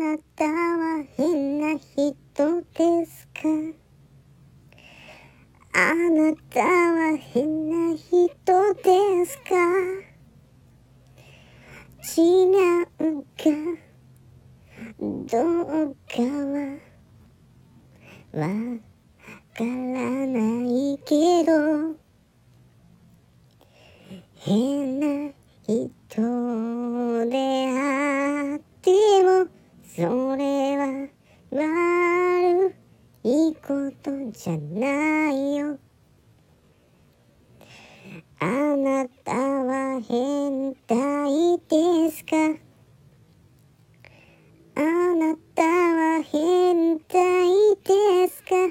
なたは変な人ですか？あなたは変な人ですか？違うかどうかはわからないけど、変な人であってもそれは悪いことじゃないよ。あなたは変態ですか？あなたは変態ですか？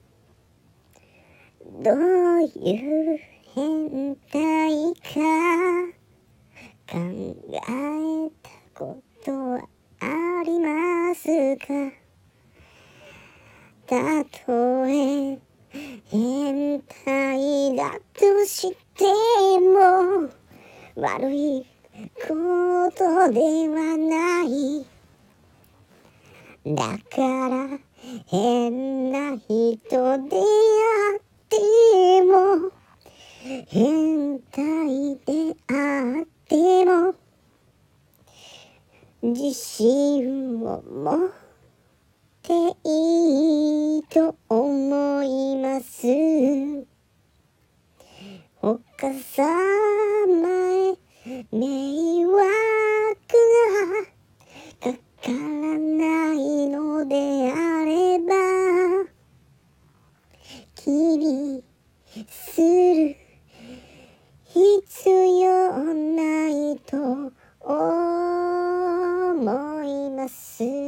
どういう変態か考えたことはありますか？たとえ変態だとしても悪いことではない。だから変な人であっても変態であっても自信を持っていいと思います。お母様へ迷惑がかからないのであれば気にする必要ないと思います。